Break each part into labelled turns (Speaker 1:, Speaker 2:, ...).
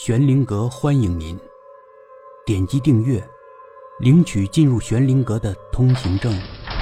Speaker 1: 玄灵阁欢迎您，点击订阅，领取进入玄灵阁的通行证。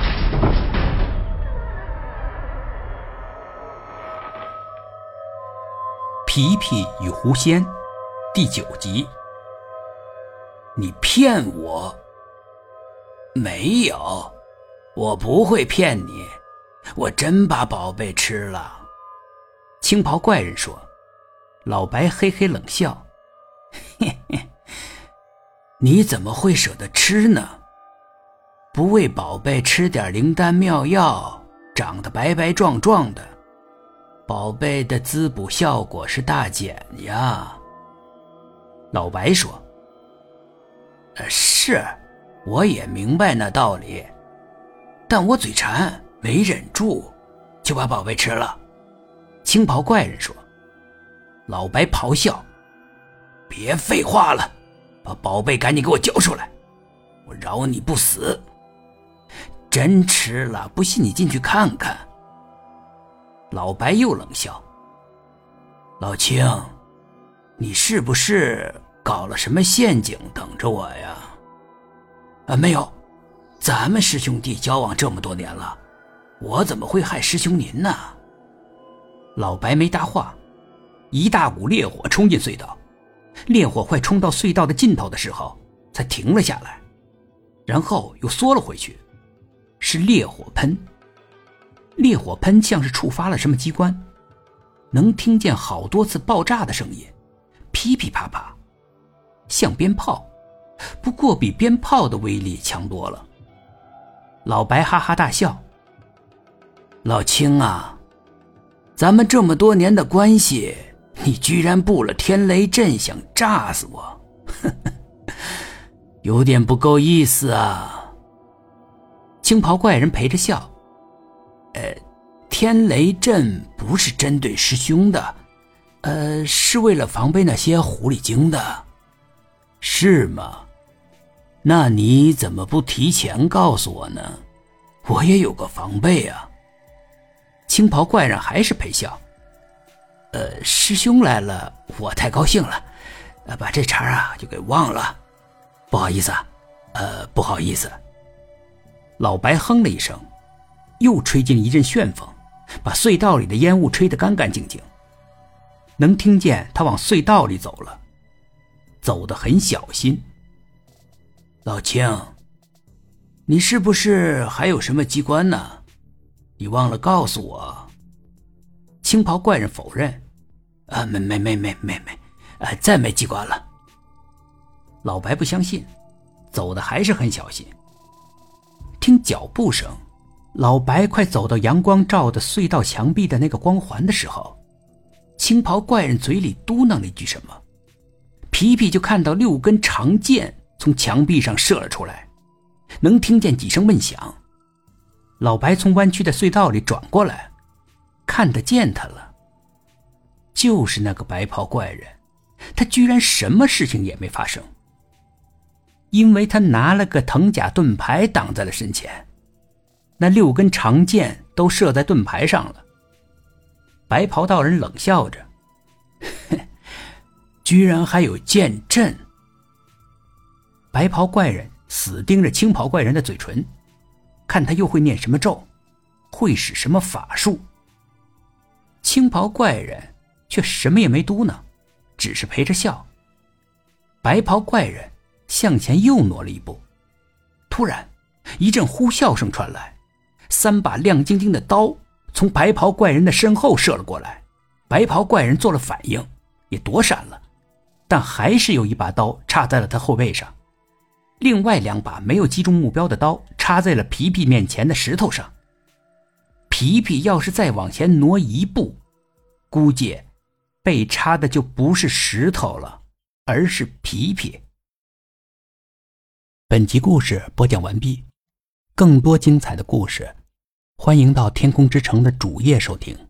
Speaker 1: 皮皮与狐仙第9集。
Speaker 2: 你骗我？没有，我不会骗你，我真把宝贝吃了。
Speaker 1: 青袍怪人说。老白嘿嘿冷笑，
Speaker 2: 嘿嘿，你怎么会舍得吃呢？不为宝贝吃点灵丹妙药，长得白白壮壮的，宝贝的滋补效果是大减呀。
Speaker 1: 老白说，
Speaker 2: 是，我也明白那道理，但我嘴馋没忍住，就把宝贝吃了。
Speaker 1: 青袍怪人说。
Speaker 2: 老白咆哮，别废话了，把宝贝赶紧给我交出来，我饶你不死。真吃了，不信你进去看看。
Speaker 1: 老白又冷笑，
Speaker 2: 老青，你是不是搞了什么陷阱等着我呀？没有，咱们师兄弟交往这么多年了，我怎么会害师兄您呢？
Speaker 1: 老白没搭话，一大股烈火冲进隧道，烈火快冲到隧道的尽头的时候才停了下来，然后又缩了回去，是烈火喷。烈火喷像是触发了什么机关，能听见好多次爆炸的声音，噼噼啪啪，像鞭炮，不过比鞭炮的威力强多了。老白哈哈大笑，
Speaker 2: 老青啊，咱们这么多年的关系，你居然布了天雷阵想炸死我，呵呵，有点不够意思啊。
Speaker 1: 青袍怪人陪着笑，
Speaker 2: 天雷阵不是针对师兄的，是为了防备那些狐狸精的。是吗？那你怎么不提前告诉我呢？我也有个防备啊。
Speaker 1: 青袍怪人还是陪笑。
Speaker 2: 师兄来了，我太高兴了，把这茬啊就给忘了，不好意思啊，不好意思。
Speaker 1: 老白哼了一声，又吹进一阵旋风，把隧道里的烟雾吹得干干净净。能听见他往隧道里走了，走得很小心。
Speaker 2: 老青，你是不是还有什么机关呢？你忘了告诉我。
Speaker 1: 青袍怪人否认，
Speaker 2: 没，再没机关了。
Speaker 1: 老白不相信，走得还是很小心。听脚步声，老白快走到阳光照的隧道墙壁的那个光环的时候，青袍怪人嘴里嘟囔了一句什么，皮皮就看到6根长剑从墙壁上射了出来，能听见几声闷响。老白从弯曲的隧道里转过来，看得见他了，就是那个白袍怪人，他居然什么事情也没发生，因为他拿了个藤甲盾牌挡在了身前，那6根长剑都射在盾牌上了。白袍道人冷笑着，
Speaker 2: 居然还有剑阵。
Speaker 1: 白袍怪人死盯着青袍怪人的嘴唇，看他又会念什么咒，会使什么法术。青袍怪人却什么也没嘟囔，只是陪着笑。白袍怪人向前又挪了一步，突然一阵呼啸声传来，3把亮晶晶的刀从白袍怪人的身后射了过来。白袍怪人做了反应，也躲闪了，但还是有一把刀插在了他后背上，另外2把没有击中目标的刀插在了皮皮面前的石头上。皮皮要是再往前挪一步，估计被插的就不是石头了，而是皮皮。本集故事播讲完毕，更多精彩的故事，欢迎到天空之城的主页收听。